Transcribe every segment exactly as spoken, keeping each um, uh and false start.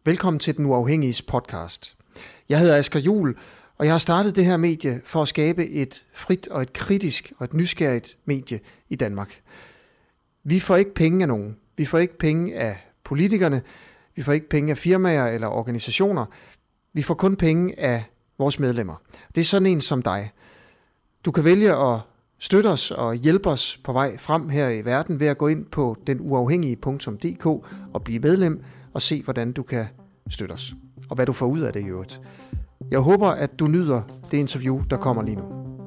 Velkommen til Den Uafhængiges podcast. Jeg hedder Asger Juhl, og jeg har startet det her medie for at skabe et frit og et kritisk og et nysgerrigt medie i Danmark. Vi får ikke penge af nogen. Vi får ikke penge af politikerne. Vi får ikke penge af firmaer eller organisationer. Vi får kun penge af vores medlemmer. Det er sådan en som dig. Du kan vælge at støtte os og hjælpe os på vej frem her i verden ved at gå ind på den uafhængige punktum d k og blive medlem og se, hvordan du kan støtte os, og hvad du får ud af det i øvrigt. Jeg håber, at du nyder det interview, der kommer lige nu.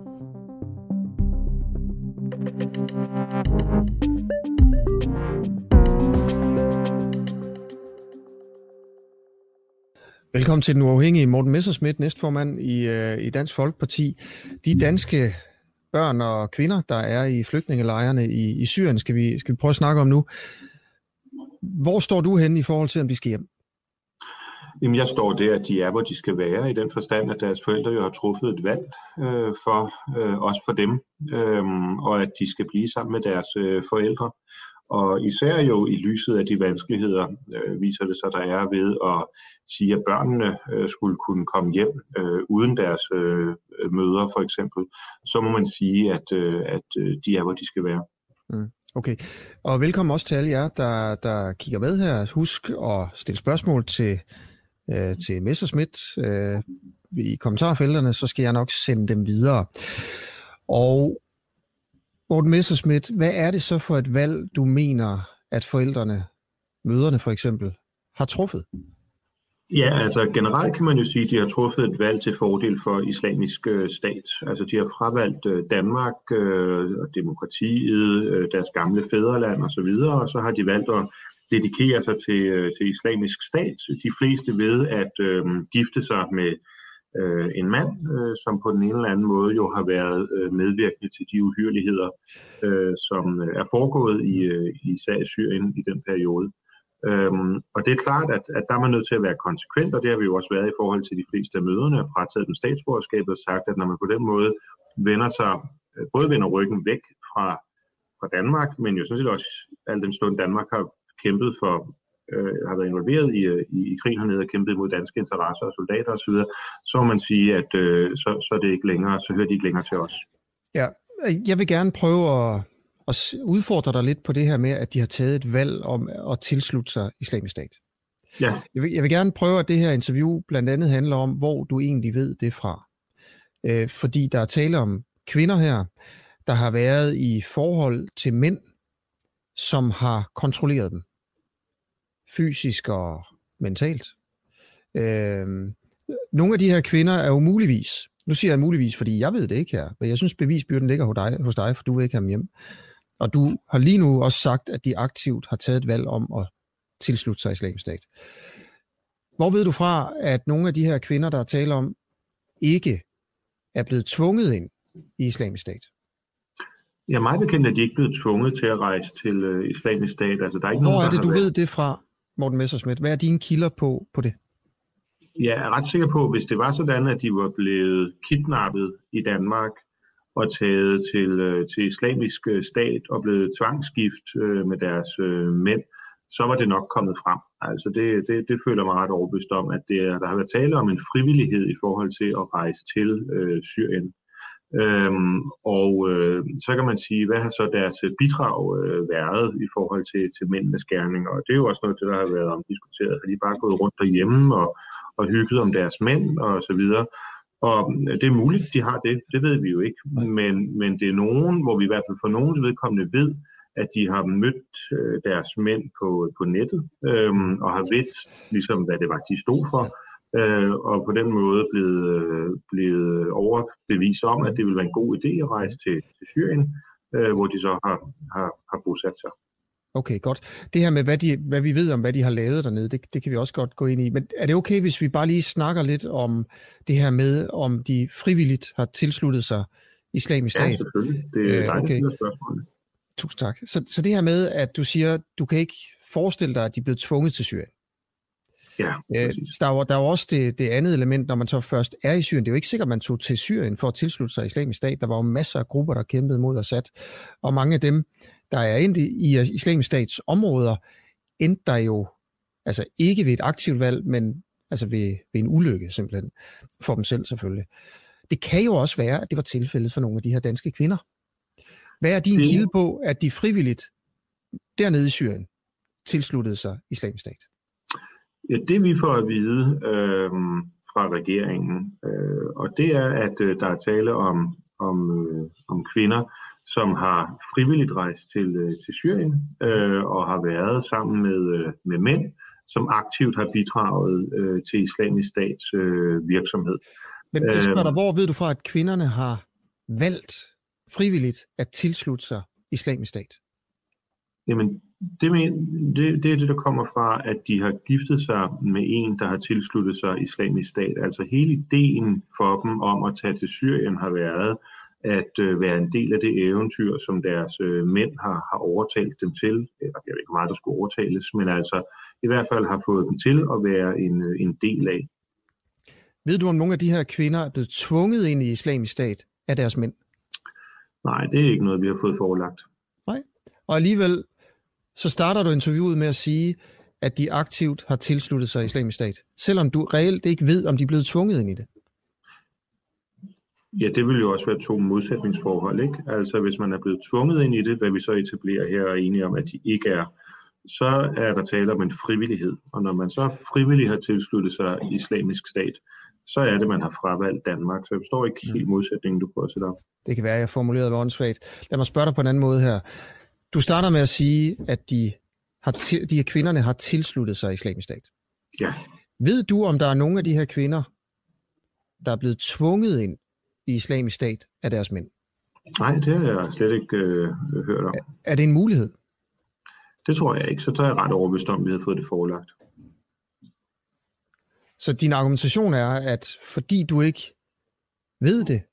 Velkommen til Den Uafhængige. Morten Messerschmidt, næstformand i, øh, i Dansk Folkeparti. De danske børn og kvinder, der er i flygtningelejrene i, i Syrien, skal vi, skal vi prøve at snakke om nu. Hvor står du henne i forhold til, om de skal hjem? Jamen, jeg står der, at de er, hvor de skal være, i den forstand, at deres forældre jo har truffet et valg øh, for øh, også for dem, øh, og at de skal blive sammen med deres øh, forældre. Og især jo i lyset af de vanskeligheder, øh, viser det sig, der er ved at sige, at børnene øh, skulle kunne komme hjem øh, uden deres øh, mødre, for eksempel. Så må man sige, at, øh, at de er, hvor de skal være. Mm. Okay, og velkommen også til alle jer, der, der kigger med her. Husk at stille spørgsmål til, øh, til Messerschmidt øh, i kommentarfelterne, så skal jeg nok sende dem videre. Og Morten Messerschmidt, hvad er det så for et valg, du mener, at forældrene, mødrene for eksempel, har truffet? Ja, altså generelt kan man jo sige, at de har truffet et valg til fordel for islamisk øh, stat. Altså de har fravalgt øh, Danmark, øh, demokratiet, øh, deres gamle fædreland osv., og, og så har de valgt at dedikere sig til, øh, til islamisk stat. De fleste ved at øh, gifte sig med øh, en mand, øh, som på den ene eller anden måde jo har været øh, medvirkende til de uhyrligheder, øh, som er foregået i, øh, især i Syrien i den periode. Øhm, og det er klart, at, at der er man nødt til at være konsekvent, og det har vi jo også været i forhold til de fleste af møderne, og frataget dem statsborgerskabet og sagt, at når man på den måde vender sig, både vender ryggen væk fra, fra Danmark, men jo sådan set også al den stund Danmark har kæmpet for, øh, har været involveret i, i, i krigen hernede og kæmpet mod danske interesser og soldater osv., så må man sige, at øh, så, så er det ikke længere, så hører de ikke længere til os. Ja, jeg vil gerne prøve at og udfordrer dig lidt på det her med, at de har taget et valg om at tilslutte sig Islamisk Stat. Ja. Jeg vil, jeg vil gerne prøve, at det her interview blandt andet handler om, hvor du egentlig ved det fra. Øh, fordi der er tale om kvinder her, der har været i forhold til mænd, som har kontrolleret dem. Fysisk og mentalt. Øh, nogle af de her kvinder er jo muligvis, nu siger jeg muligvis, fordi jeg ved det ikke her, men jeg synes bevisbyrden ligger hos dig, hos dig for du vil ikke have dem hjem. Og du har lige nu også sagt, at de aktivt har taget et valg om at tilslutte sig Islamisk Stat. Hvor ved du fra, at nogle af de her kvinder, der er tale om, ikke er blevet tvunget ind i Islamisk Stat? Ja, mig bekendt er de ikke blevet tvunget til at rejse til uh, Islamisk Stat. Altså, der er ikke Hvor nogen, er det, du været... ved det fra, Morten Messerschmidt? Hvad er dine kilder på, på det? Jeg er ret sikker på, at hvis det var sådan, at de var blevet kidnappet i Danmark, og taget til, til islamisk stat og blevet tvangsgift øh, med deres øh, mænd, så var det nok kommet frem. Altså det, det, det føler mig ret overbevist om, at det er, der har været tale om en frivillighed i forhold til at rejse til øh, Syrien. Øhm, og øh, så kan man sige, hvad har så deres bidrag øh, været i forhold til, til mændenes gerninger? Og det er jo også noget, der har været omdiskuteret. Har de bare gået rundt derhjemme og, og hygget om deres mænd og så videre? Og det er muligt, de har det, det ved vi jo ikke, men, men det er nogen, hvor vi i hvert fald for nogens vedkommende ved, at de har mødt øh, deres mænd på, på nettet, øh, og har vidst, ligesom hvad det var, de stod for, øh, og på den måde blevet, øh, blevet overbevist om, at det ville være en god idé at rejse til, til Syrien, øh, hvor de så har, har, har bosat sig. Okay, godt. Det her med, hvad, de, hvad vi ved om, hvad de har lavet dernede, det, det kan vi også godt gå ind i. Men er det okay, hvis vi bare lige snakker lidt om det her med, om de frivilligt har tilsluttet sig Islamisk Stat? Ja, selvfølgelig. Det er dig, okay. Der spørgsmålet. Tusind tak. Så, så det her med, at du siger, du kan ikke forestille dig, at de er blevet tvunget til Syrien. Ja, præcis. Der er jo, der er jo også det, det andet element, når man så først er i Syrien. Det er jo ikke sikkert, at man tog til Syrien for at tilslutte sig Islamisk Stat. Der var jo masser af grupper, der kæmpede mod Assad. Og mange af dem, der er endt i Islamisk Stats områder, endte der jo Altså ikke ved et aktivt valg, men altså ved, ved en ulykke simpelthen, for dem selv selvfølgelig. Det kan jo også være, at det var tilfældet for nogle af de her danske kvinder. Hvad er din det... kilde på, at de frivilligt dernede i Syrien tilsluttede sig Islamisk Stat? Ja, det vi får at vide øh, fra regeringen, øh, og det er, at øh, der er tale om, om, øh, om kvinder, som har frivilligt rejst til, øh, til Syrien øh, og har været sammen med, øh, med mænd, som aktivt har bidraget øh, til Islamisk Stats øh, virksomhed. Men jeg spørger dig, hvor ved du fra, at kvinderne har valgt frivilligt at tilslutte sig Islamisk Stat? Jamen, det, det, det er det, der kommer fra, at de har giftet sig med en, der har tilsluttet sig Islamisk Stat. Altså hele ideen for dem om at tage til Syrien har været at øh, være en del af det eventyr, som deres øh, mænd har, har overtalt dem til. Eller jeg ved ikke, hvor meget der skulle overtales, men altså i hvert fald har fået dem til at være en, en del af. Ved du, om nogle af de her kvinder er blevet tvunget ind i Islamisk Stat af deres mænd? Nej, det er ikke noget, vi har fået forelagt. Nej, og alligevel så starter du interviewet med at sige, at de aktivt har tilsluttet sig Islamisk Stat, selvom du reelt ikke ved, om de er blevet tvunget ind i det. Ja, det vil jo også være to modsætningsforhold, ikke? Altså, hvis man er blevet tvunget ind i det, hvad vi så etablerer her og er enige om, at de ikke er, så er der tale om en frivillighed. Og når man så frivilligt har tilsluttet sig Islamisk Stat, så er det, man har fravalgt Danmark. Så jeg forstår ikke helt modsætningen, du prøver at sætte op. Det kan være, at jeg formulerede det åndssvagt. Lad mig spørge dig på en anden måde her. Du starter med at sige, at de, har til, de her kvinderne har tilsluttet sig Islamisk Stat. Ja. Ved du, om der er nogle af de her kvinder, der er blevet tvunget ind i Islamisk Stat af deres mænd? Nej, det har jeg slet ikke øh, hørt om. Er, er det en mulighed? Det tror jeg ikke. Så tager jeg ret overbevist om, at vi har fået det forelagt. Så din argumentation er, at fordi du ikke ved det,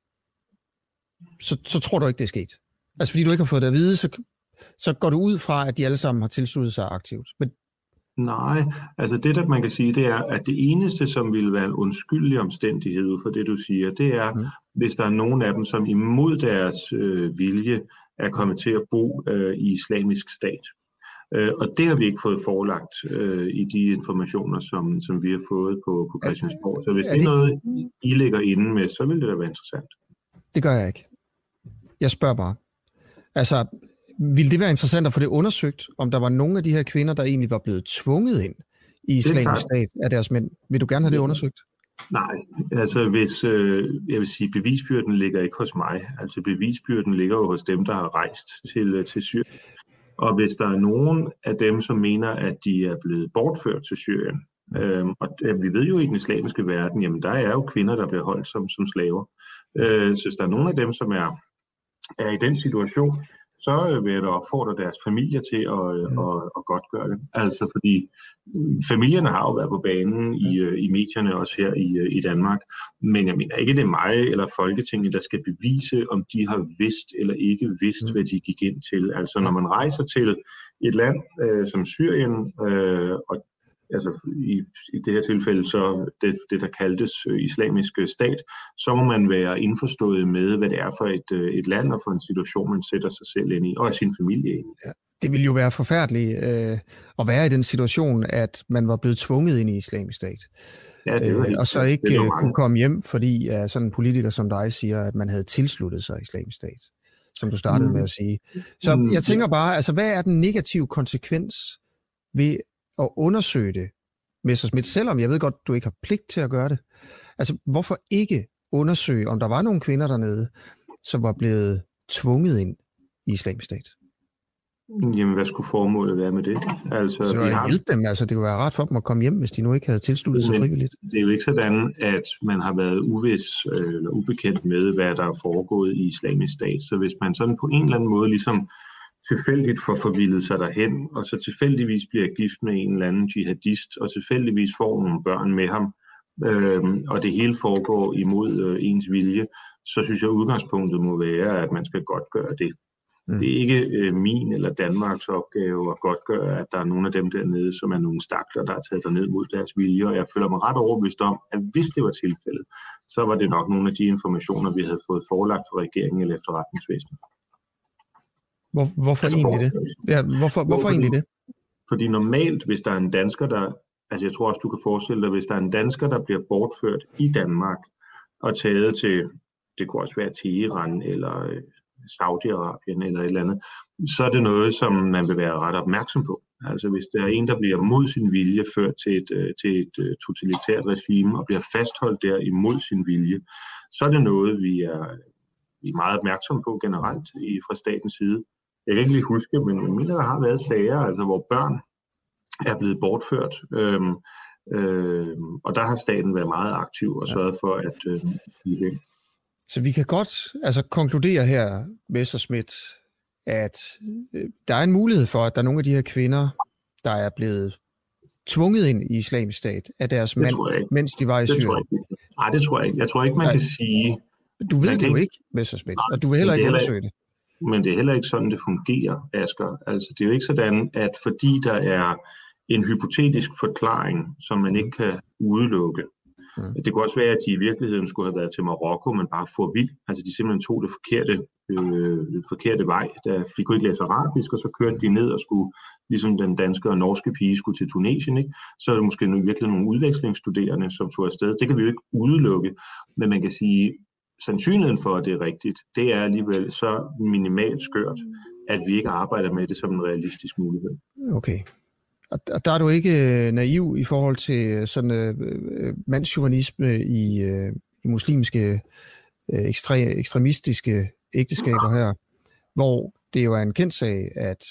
så, så tror du ikke, det er sket? Altså fordi du ikke har fået det at vide, så, så går du ud fra, at de alle sammen har tilsluttet sig aktivt. Men Nej, altså det, der man kan sige, det er, at det eneste, som ville være en undskyldelig omstændighed ud fra det, du siger, det er, mm. hvis der er nogen af dem, som imod deres øh, vilje er kommet til at bo øh, i Islamisk Stat. Øh, og det har vi ikke fået forelagt øh, i de informationer, som, som vi har fået på, på Christiansborg. Så hvis er det er noget, I ligger inde med, så vil det da være interessant. Det gør jeg ikke. Jeg spørger bare. Altså, ville det være interessant at få det undersøgt, om der var nogle af de her kvinder, der egentlig var blevet tvunget ind i Islamisk Stat af deres mænd? Vil du gerne have det undersøgt? Nej, altså hvis, øh, jeg vil sige, bevisbyrden ligger ikke hos mig. Altså bevisbyrden ligger jo hos dem, der har rejst til, til Syrien. Og hvis der er nogen af dem, som mener, at de er blevet bortført til Syrien, øh, og vi ved jo i den islamiske verden, jamen der er jo kvinder, der bliver holdt som, som slaver. Øh, så hvis der er nogen af dem, som er, er i den situation, så vil jeg da opfordre deres familier til at, mm. at, at godt gøre det. Altså fordi familierne har jo været på banen i, i medierne også her i, i Danmark, men jeg mener ikke, det er mig eller Folketinget, der skal bevise, om de har vidst eller ikke vidst, mm. hvad de gik ind til. Altså når man rejser til et land øh, som Syrien, øh, og altså i, i det her tilfælde så det, det der kaldtes øh, Islamisk Stat, så må man være indforstået med, hvad det er for et, øh, et land og for en situation, man sætter sig selv ind i, og sin familie ind i. Ja, det ville jo være forfærdeligt øh, at være i den situation, at man var blevet tvunget ind i Islamisk Stat. Ja, det var helt, øh, og så ikke øh, kunne komme hjem, fordi uh, sådan en politiker som dig siger, at man havde tilsluttet sig Islamisk Stat, som du startede mm. med at sige. Så mm. jeg tænker bare, altså hvad er den negative konsekvens ved at undersøge det, Messerschmidt, selvom jeg ved godt, du ikke har pligt til at gøre det. Altså, hvorfor ikke undersøge, om der var nogle kvinder dernede, som var blevet tvunget ind i Islamisk Stat? Jamen, hvad skulle formålet være med det? Altså, så vi har... hjælpe dem, altså det kunne være rart for dem at komme hjem, hvis de nu ikke havde tilsluttet sig frivilligt. Det er jo ikke sådan, at man har været uvis eller ubekendt med, hvad der er foregået i Islamisk Stat. Så hvis man sådan på en eller anden måde ligesom tilfældigt får forvildet sig derhen, og så tilfældigvis bliver gift med en eller anden jihadist, og tilfældigvis får nogle børn med ham, øh, og det hele foregår imod øh, ens vilje, så synes jeg, at udgangspunktet må være, at man skal godt gøre det. Mm. Det er ikke øh, min eller Danmarks opgave at godt gøre, at der er nogle af dem dernede, som er nogle stakler, der er taget derned mod deres vilje, og jeg føler mig ret overbevist om, at hvis det var tilfældet, så var det nok nogle af de informationer, vi havde fået forelagt fra regeringen eller efterretningsvæsenet. Hvor, hvorfor altså, egentlig det? Ja, hvorfor, hvorfor fordi, egentlig det? Fordi normalt, hvis der er en dansker, der Altså jeg tror også, du kan forestille dig, hvis der er en dansker, der bliver bortført i Danmark og taget til, det kunne også være til Iran eller Saudi-Arabien eller et eller andet, så er det noget, som man vil være ret opmærksom på. Altså hvis der er en, der bliver mod sin vilje ført til et, til et totalitært regime og bliver fastholdt der imod sin vilje, så er det noget, vi er, vi er meget opmærksom på generelt i, fra statens side. Jeg kan ikke lige huske, men jeg mener, der har været sager, altså, hvor børn er blevet bortført, øhm, øhm, og der har staten været meget aktiv og sørget for, at øh, de Så vi kan godt altså, konkludere her, Messerschmidt, at øh, der er en mulighed for, at der er nogle af de her kvinder, der er blevet tvunget ind i Islamisk Stat af deres mand, mens de var i Syrien. Nej, det tror jeg ikke. Jeg tror ikke, man Nej. kan sige... Du ved det jo ikke, Messerschmidt, og du vil heller ikke undersøge det. Men det er heller ikke sådan, det fungerer, Asger. Altså, det er jo ikke sådan, at fordi der er en hypotetisk forklaring, som man ikke kan udelukke. Mm. Det kunne også være, at de i virkeligheden skulle have været til Marokko, men bare for vild. Altså, de simpelthen tog det forkerte, øh, det forkerte vej. Der, de kunne ikke læse arabisk, og så kørte de ned og skulle, ligesom den danske og norske pige skulle til Tunesien, ikke? Så er det måske nu virkelig nogle udvekslingsstuderende, som tog afsted. Det kan vi jo ikke udelukke, men man kan sige, sandsynligheden for, at det er rigtigt, det er alligevel så minimalt skørt, at vi ikke arbejder med det som en realistisk mulighed. Okay. Og der er du ikke naiv i forhold til sådan øh, mandsjuvenisme i, øh, i muslimske øh, ekstre, ekstremistiske ægteskaber her, hvor det jo er en kendt sag, at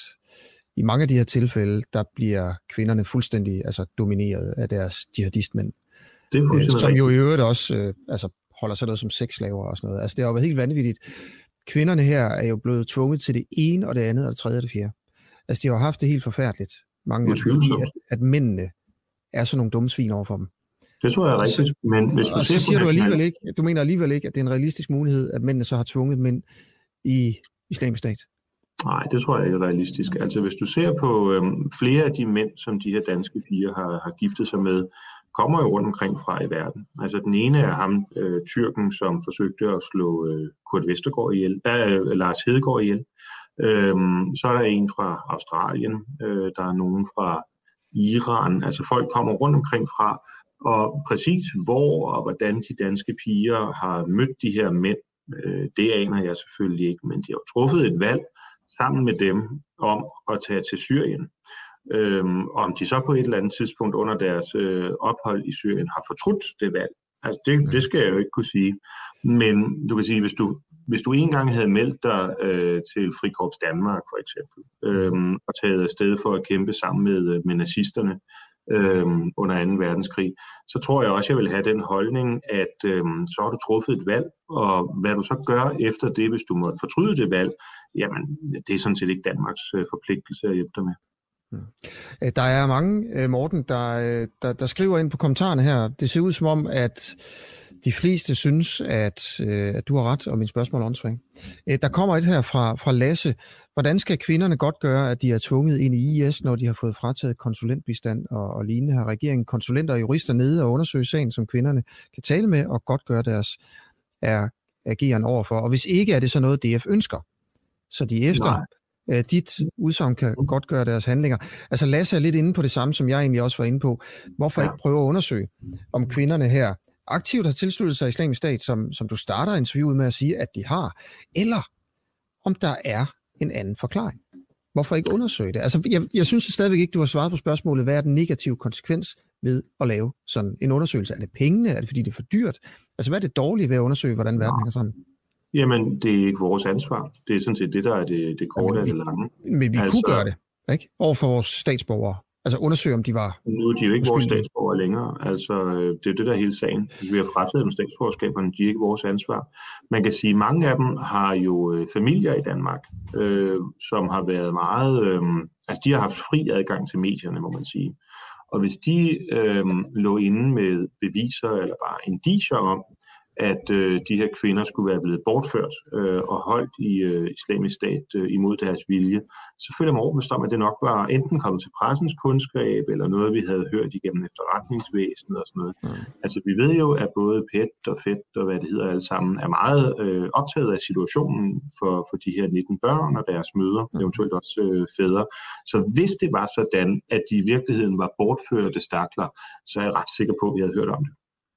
i mange af de her tilfælde, der bliver kvinderne fuldstændig altså, domineret af deres jihadistmænd. Det er øh, som jo i øvrigt også øh, altså, holder sådan noget som sexslaver og sådan noget. Altså det har jo været helt vanvittigt. Kvinderne her er jo blevet tvunget til det ene og det andet og det tredje og det fjerde. Altså de har haft det helt forfærdeligt. Mange af dem, fordi at, at mændene er sådan nogle dumme svin over for dem. Det tror jeg er rigtigt. Men hvis du og så siger du alligevel ikke, du mener alligevel ikke, at det er en realistisk mulighed, at mændene så har tvunget mænd i Islamisk Stat? Nej, det tror jeg ikke er realistisk. Altså hvis du ser på øhm, flere af de mænd, som de her danske piger har, har giftet sig med, kommer jo rundt omkring fra i verden. Altså den ene er ham, øh, tyrken, som forsøgte at slå øh, Kurt Vestergaard ihjel, øh, Lars Hedegaard ihjel. Øhm, så er der en fra Australien, øh, der er nogen fra Iran. Altså folk kommer rundt omkring fra, og præcis hvor og hvordan de danske piger har mødt de her mænd, øh, det aner jeg selvfølgelig ikke, men de har truffet et valg sammen med dem om at tage til Syrien. Øhm, og om de så på et eller andet tidspunkt under deres øh, ophold i Syrien har fortrudt det valg, altså det, det skal jeg jo ikke kunne sige. Men du kan sige, hvis du, hvis du engang havde meldt dig øh, til Frikorps Danmark for eksempel, øh, og taget afsted for at kæmpe sammen med, med nazisterne øh, under anden verdenskrig, så tror jeg også, jeg vil have den holdning, at øh, så har du truffet et valg, og hvad du så gør efter det, hvis du måtte fortryde det valg, jamen det er sådan set ikke Danmarks øh, forpligtelse at hjælpe dig med. Der er mange, Morten, der, der, der skriver ind på kommentarerne her. Det ser ud som om, at de fleste synes, at, at du har ret, og mine spørgsmål er åndssvagt. Der kommer et her fra, fra Lasse. Hvordan skal kvinderne godt gøre, at de er tvunget ind i I S, når de har fået frataget konsulentbistand og, og lignende? Har regeringen konsulenter og jurister nede og undersøge sagen, som kvinderne kan tale med og godt gøre deres er, ageren overfor? Og hvis ikke, er det så noget, D F ønsker? Så de efter... Nej. Dit udsagn kan godt gøre deres handlinger. Altså Lasse er lidt inde på det samme, som jeg egentlig også var inde på. Hvorfor ikke prøve at undersøge, om kvinderne her aktivt har tilsluttet sig Islamisk Stat, som, som du starter interviewet med at sige, at de har, eller om der er en anden forklaring. Hvorfor ikke undersøge det? Altså jeg, jeg synes stadigvæk ikke, du har svaret på spørgsmålet, hvad er den negative konsekvens ved at lave sådan en undersøgelse? Er det pengene? Er det fordi det er for dyrt? Altså hvad er det dårlige ved at undersøge, hvordan verden hænger sammen? Jamen, det er ikke vores ansvar. Det er sådan set det, der er det, det korte og det lange. Men vi altså, kunne gøre det, ikke? Over for vores statsborgere. Altså undersøge, om de var... Nu er de jo ikke vores statsborgere længere. Altså, det er det, der er hele sagen. Vi har frataget dem statsborgerskaberne, de er ikke vores ansvar. Man kan sige, at mange af dem har jo familier i Danmark, øh, som har været meget... Øh, altså, de har haft fri adgang til medierne, må man sige. Og hvis de øh, lå inde med beviser eller bare indicier om, at øh, de her kvinder skulle være blevet bortført øh, og holdt i øh, Islamisk Stat øh, imod deres vilje, så føler jeg mig overbevist om, at det nok var enten kommet til pressens kundskab, eller noget, vi havde hørt igennem efterretningsvæsenet og sådan noget. Mm. Altså, vi ved jo, at både P E T og F E T og hvad det hedder alle sammen, er meget øh, optaget af situationen for, for de her nitten børn og deres mødre, mm. eventuelt også øh, fædre. Så hvis det var sådan, at de i virkeligheden var bortførte stakler, så er jeg ret sikker på, at vi havde hørt om det.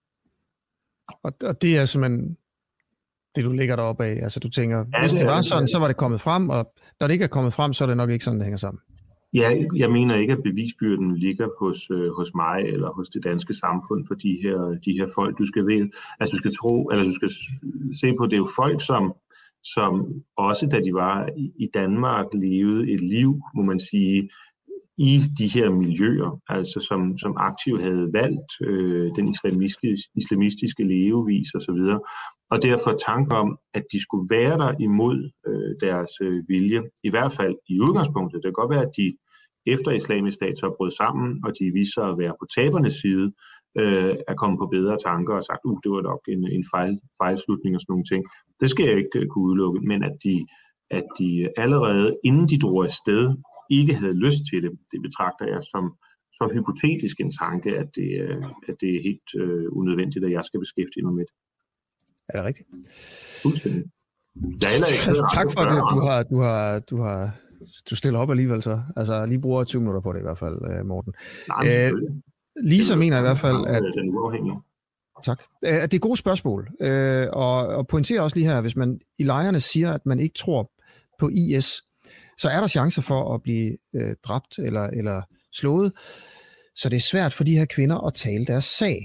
Og, og det er simpelthen det, du ligger deroppe af. Altså, du tænker, ja, hvis det, det var det, sådan, så var det kommet frem, og når det ikke er kommet frem, så er det nok ikke sådan, det hænger sammen. Ja, jeg mener ikke, at bevisbyrden ligger hos, øh, hos mig eller hos det danske samfund for de her, de her folk. Du skal ved, altså du skal tro, eller du skal se på, det er jo folk, som, som også da de var i Danmark, levede et liv, må man sige, i de her miljøer, altså som, som aktivt havde valgt øh, den islamistiske, islamistiske levevis osv., og derfor tanke om, at de skulle være der imod øh, deres øh, vilje, i hvert fald i udgangspunktet. Det kan godt være, at de efter Islamisk Stat så brød sammen, og de viste sig at være på tabernes side, øh, er kommet på bedre tanker og sagt, uh, det var nok en, en fejl, fejlslutning og sådan nogle ting. Det skal jeg ikke uh, kunne udelukke, men at de, at de allerede, inden de drog afsted, ikke havde lyst til det, det betragter jeg som så hypotetisk en tanke, at det, at det er helt øh, unødvendigt, at jeg skal beskæftige mig med det. Er det rigtigt? Fuldstændig. Altså, tak for det, du har, du har, du har, du stiller op alligevel så. Altså, lige bruger tyve minutter på det i hvert fald, Morten. Nej, øh, Lisa mener i hvert fald, at... Den uafhængige. Tak. At det er gode spørgsmål. Øh, og, og pointerer også lige her, hvis man i lejrene siger, at man ikke tror på I S, så er der chancer for at blive øh, dræbt eller, eller slået. Så det er svært for de her kvinder at tale deres sag.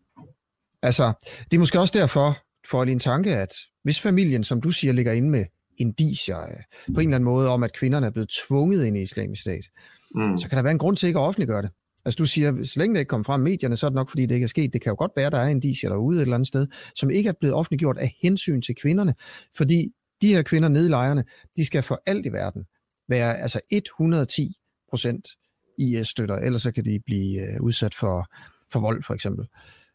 Altså, det er måske også derfor, for en tanke, at hvis familien, som du siger, ligger inde med indicier på en eller anden måde om, at kvinderne er blevet tvunget ind i Islamisk Stat, mm. så kan der være en grund til ikke at offentliggøre det. Altså du siger, så længe det ikke kommer frem i medierne, så er det nok, fordi det ikke er sket. Det kan jo godt være, at der er indicier derude et eller andet sted, som ikke er blevet offentliggjort af hensyn til kvinderne. Fordi de her kvinder nede i lejrene, de skal for alt i verden være altså et hundrede og ti procent I S-støtter, ellers så kan de blive uh, udsat for, for vold, for eksempel.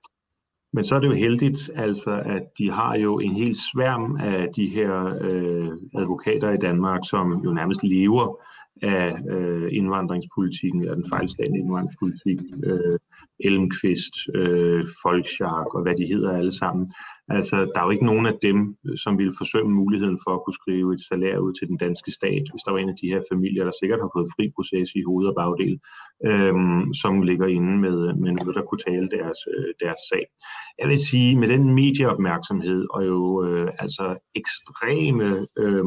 Men så er det jo heldigt, altså, at de har jo en hel sværm af de her øh, advokater i Danmark, som jo nærmest lever af øh, indvandringspolitikken, eller den fejlslagne indvandringspolitik, øh, Elmqvist, øh, Folkshark og hvad de hedder alle sammen. Altså, der er jo ikke nogen af dem, som ville forsømme muligheden for at kunne skrive et salær ud til den danske stat, hvis der var en af de her familier, der sikkert har fået fri proces i hoved og bagdel, øh, som ligger inde med, med noget, der kunne tale deres, øh, deres sag. Jeg vil sige, med den medieopmærksomhed og jo øh, altså ekstreme øh,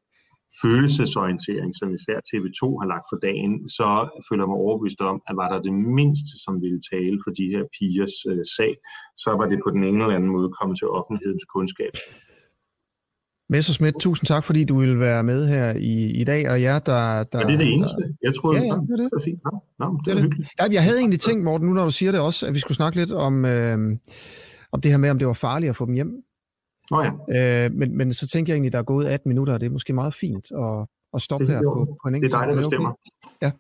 følelsesorientering, som især T V to har lagt for dagen, så føler jeg mig overbevist om, at var der det mindste, som ville tale for de her pigers øh, sag, så var det på den ene eller anden måde kommet til offentlighedens kundskab. Messerschmidt, tusind tak, fordi du ville være med her i, i dag, og jer, der... der ja, det er det eneste. Jeg troede, ja, ja, det er det. Det var fint. Nå, nå, det, det var er hyggeligt. Ja, jeg havde egentlig tænkt, Morten, nu når du siger det også, at vi skulle snakke lidt om, øh, om det her med, om det var farligt at få dem hjem. Oh, ja. øh, men, men så tænker jeg egentlig, at der er gået atten minutter, og det er måske meget fint at, at stoppe det, her på, på en enkelt. Det er dig, der bestemmer. Ja.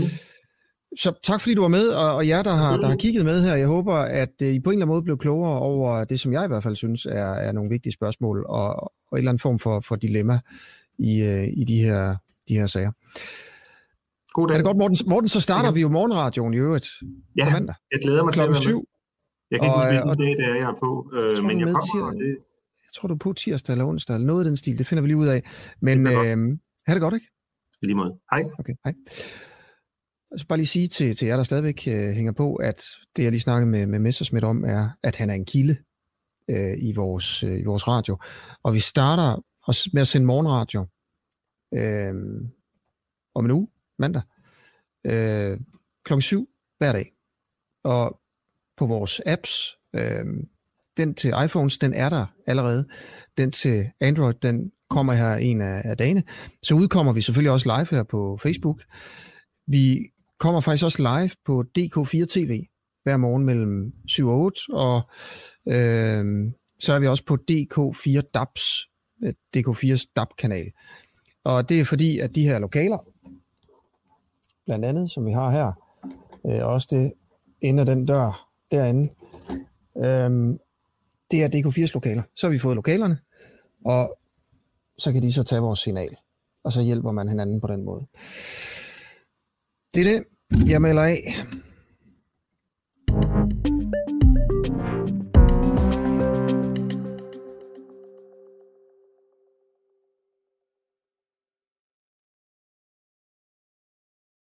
Så tak fordi du var med, og, og jer, der har, der har kigget med her. Jeg håber, at I på en eller anden måde blev klogere over det, som jeg i hvert fald synes er, er nogle vigtige spørgsmål, og, og en eller anden form for, for dilemma i, i de, her, de her sager. God dag. Er det godt, Morten? Morten, så starter ja. vi jo morgenradioen i øvrigt ja, på mandag. Jeg glæder mig klokken til syv. Jeg kan ikke huske, hvilken dag det er, jeg er på, øh, tror, men jeg kommer til, det. Jeg tror, du er på tirsdag eller onsdag, eller noget af den stil. Det finder vi lige ud af. Men øh, ha' det godt, ikke? I lige måde. Hej. Okay, hej. Jeg skal bare lige sige til, til jer, der stadigvæk øh, hænger på, at det, jeg lige snakkede med, med Messerschmidt om, er, at han er en kilde øh, i, vores, øh, i vores radio. Og vi starter også med at sende morgenradio øh, om en uge, mandag, øh, klokken syv hver dag. Og på vores apps, øh, den til iPhones, den er der allerede. Den til Android, den kommer her en af, af dagene. Så udkommer vi selvfølgelig også live her på Facebook. Vi kommer faktisk også live på D K fire T V hver morgen mellem syv og otte, og øh, så er vi også på D K fire D A B's, D K fires D A B-kanal. Og det er fordi, at de her lokaler, blandt andet, som vi har her, øh, også det inde af den dør derinde, øh, det er D K fires lokaler. Så har vi fået lokalerne, og så kan de så tage vores signal, og så hjælper man hinanden på den måde. Det er det. Jeg melder af.